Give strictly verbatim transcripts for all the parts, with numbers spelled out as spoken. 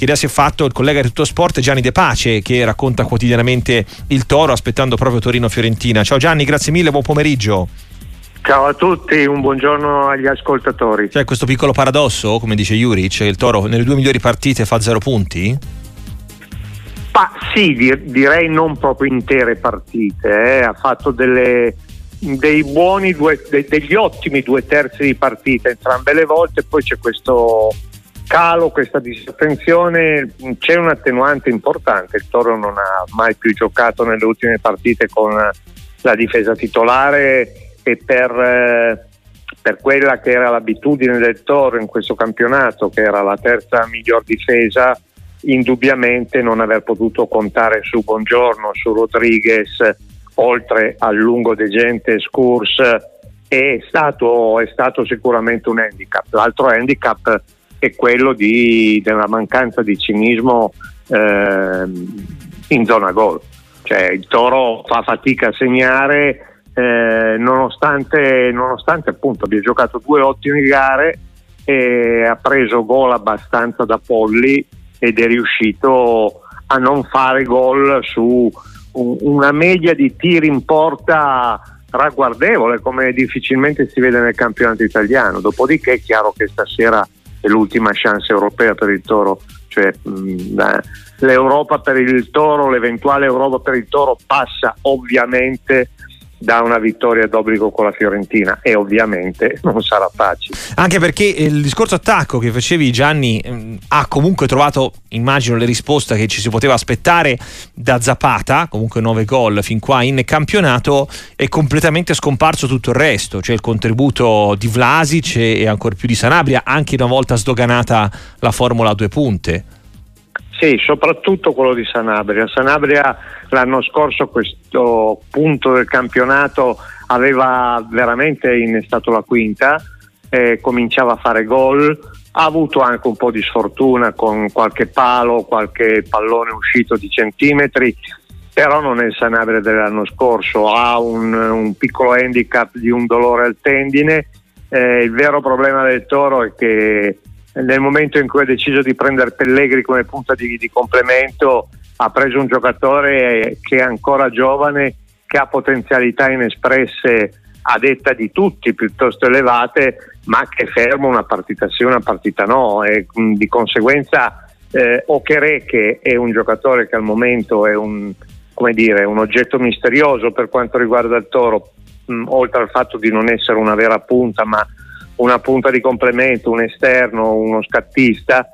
che idea si è fatto il collega di Tutto Sport Gianni De Pace, che racconta quotidianamente il Toro, aspettando proprio Torino-Fiorentina. Ciao Gianni, grazie mille, buon pomeriggio. Ciao a tutti, un buongiorno agli ascoltatori. C'è questo piccolo paradosso, come dice Juric, il Toro nelle due migliori partite fa zero punti? Ma sì, direi non proprio intere partite, eh. Ha fatto delle, dei buoni due, de, degli ottimi due terzi di partita entrambe le volte, poi c'è questo calo, questa disattenzione, c'è un attenuante importante: il Toro non ha mai più giocato nelle ultime partite con la difesa titolare, e per, eh, per quella che era l'abitudine del Toro in questo campionato, che era la terza miglior difesa, indubbiamente non aver potuto contare su Buongiorno, su Rodriguez, oltre al lungo degente Scurs, è stato, è stato sicuramente un handicap. L'altro handicap è quello di, della mancanza di cinismo eh, in zona gol, cioè il Toro fa fatica a segnare, eh, nonostante, nonostante appunto abbia giocato due ottime gare e ha preso gol abbastanza da polli, ed è riuscito a non fare gol su un, una media di tiri in porta ragguardevole, come difficilmente si vede nel campionato italiano. Dopodiché è chiaro che stasera è l'ultima chance europea per il Toro, cioè mh, l'Europa per il Toro, l'eventuale Europa per il Toro passa ovviamente da una vittoria d'obbligo con la Fiorentina, e ovviamente non sarà facile. Anche perché il discorso attacco che facevi, Gianni, ehm, ha comunque trovato, immagino, le risposte che ci si poteva aspettare da Zapata, comunque nove gol fin qua in campionato, è completamente scomparso tutto il resto, cioè il contributo di Vlasic e ancor più di Sanabria, anche una volta sdoganata la formula a due punte. Sì, soprattutto quello di Sanabria. Sanabria l'anno scorso, a questo punto del campionato, aveva veramente innestato la quinta, eh, cominciava a fare gol, ha avuto anche un po' di sfortuna con qualche palo, qualche pallone uscito di centimetri, però non è il Sanabria dell'anno scorso, ha un, un piccolo handicap di un dolore al tendine. Eh, il vero problema del Toro è che nel momento in cui ha deciso di prendere Pellegrini come punta di, di complemento, ha preso un giocatore che è ancora giovane, che ha potenzialità inespresse a detta di tutti piuttosto elevate, ma che ferma una partita sì, una partita no, e di conseguenza eh, Okereke è un giocatore che al momento è un, come dire, un oggetto misterioso per quanto riguarda il Toro, mh, oltre al fatto di non essere una vera punta, ma una punta di complemento, un esterno, uno scattista.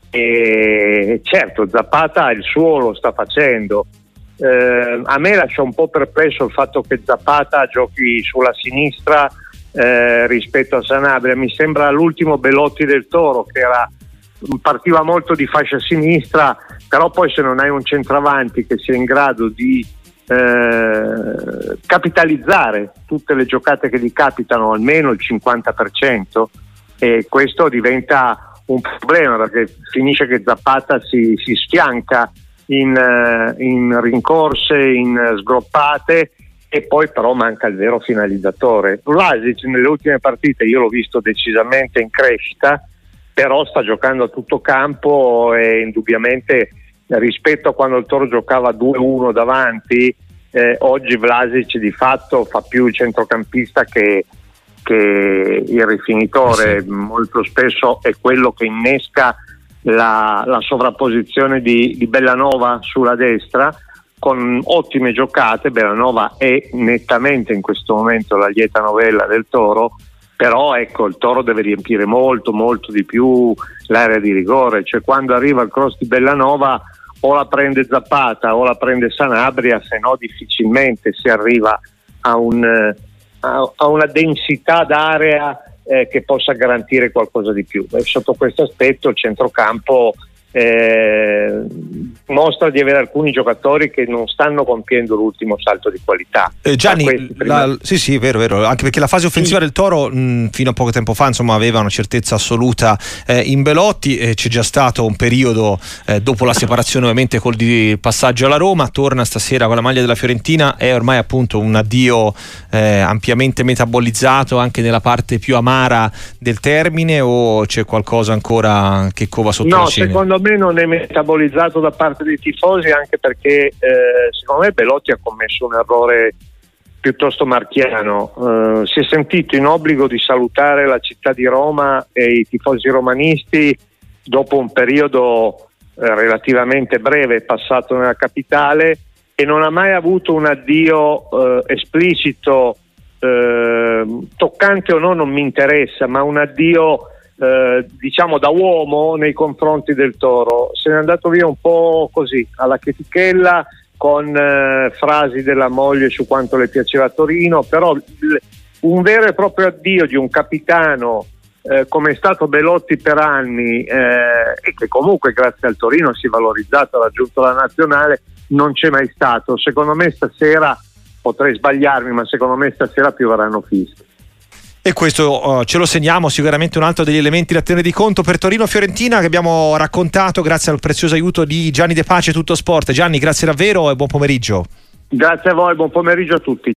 E certo, Zapata il suo lo sta facendo. Eh, a me lascia un po' perplesso il fatto che Zapata giochi sulla sinistra eh, rispetto a Sanabria. Mi sembra l'ultimo Belotti del Toro, che era, partiva molto di fascia sinistra, però poi se non hai un centravanti che sia in grado di eh, capitalizzare tutte le giocate che gli capitano, almeno il cinquanta per cento, e questo diventa un problema, perché finisce che Zapata si, si sfianca in, in rincorse, in sgroppate, e poi però manca il vero finalizzatore. Vlasic nelle ultime partite io l'ho visto decisamente in crescita, però sta giocando a tutto campo, e indubbiamente rispetto a quando il Toro giocava due uno davanti, eh, oggi Vlasic di fatto fa più il centrocampista che che il rifinitore. Sì. Molto spesso è quello che innesca la, la sovrapposizione di, di Bellanova sulla destra, con ottime giocate. Bellanova è nettamente in questo momento la lieta novella del Toro, però ecco, il Toro deve riempire molto molto di più l'area di rigore, cioè quando arriva il cross di Bellanova o la prende Zapata o la prende Sanabria, se no difficilmente si arriva a un a una densità d'area eh, che possa garantire qualcosa di più. E sotto questo aspetto il centrocampo eh, mostra di avere alcuni giocatori che non stanno compiendo l'ultimo salto di qualità. Eh, Gianni, la, sì sì, vero, vero, anche perché la fase offensiva sì. del Toro mh, fino a poco tempo fa insomma aveva una certezza assoluta eh, in Belotti, eh, c'è già stato un periodo eh, dopo la separazione ovviamente col di passaggio alla Roma, torna stasera con la maglia della Fiorentina, è ormai appunto un addio eh, ampiamente metabolizzato anche nella parte più amara del termine, o c'è qualcosa ancora che cova sotto no, la cena? Secondo me non è metabolizzato da parte dei tifosi, anche perché eh, secondo me Belotti ha commesso un errore piuttosto marchiano. Eh, si è sentito in obbligo di salutare la città di Roma e i tifosi romanisti dopo un periodo eh, relativamente breve passato nella capitale, e non ha mai avuto un addio eh, esplicito, eh, toccante o no non mi interessa, ma un addio Eh, diciamo da uomo nei confronti del Toro. Se n'è andato via un po' così alla chetichella, con eh, frasi della moglie su quanto le piaceva Torino, però il, un vero e proprio addio di un capitano eh, come è stato Belotti per anni eh, e che comunque grazie al Torino si è valorizzato, ha raggiunto la nazionale, non c'è mai stato. Secondo me stasera, potrei sbagliarmi, ma secondo me stasera pioveranno fischi. E questo uh, ce lo segniamo, sicuramente un altro degli elementi da tenere di conto per Torino-Fiorentina, che abbiamo raccontato grazie al prezioso aiuto di Gianni De Pace, Tutto Sport. Gianni, grazie davvero e buon pomeriggio. Grazie a voi, buon pomeriggio a tutti.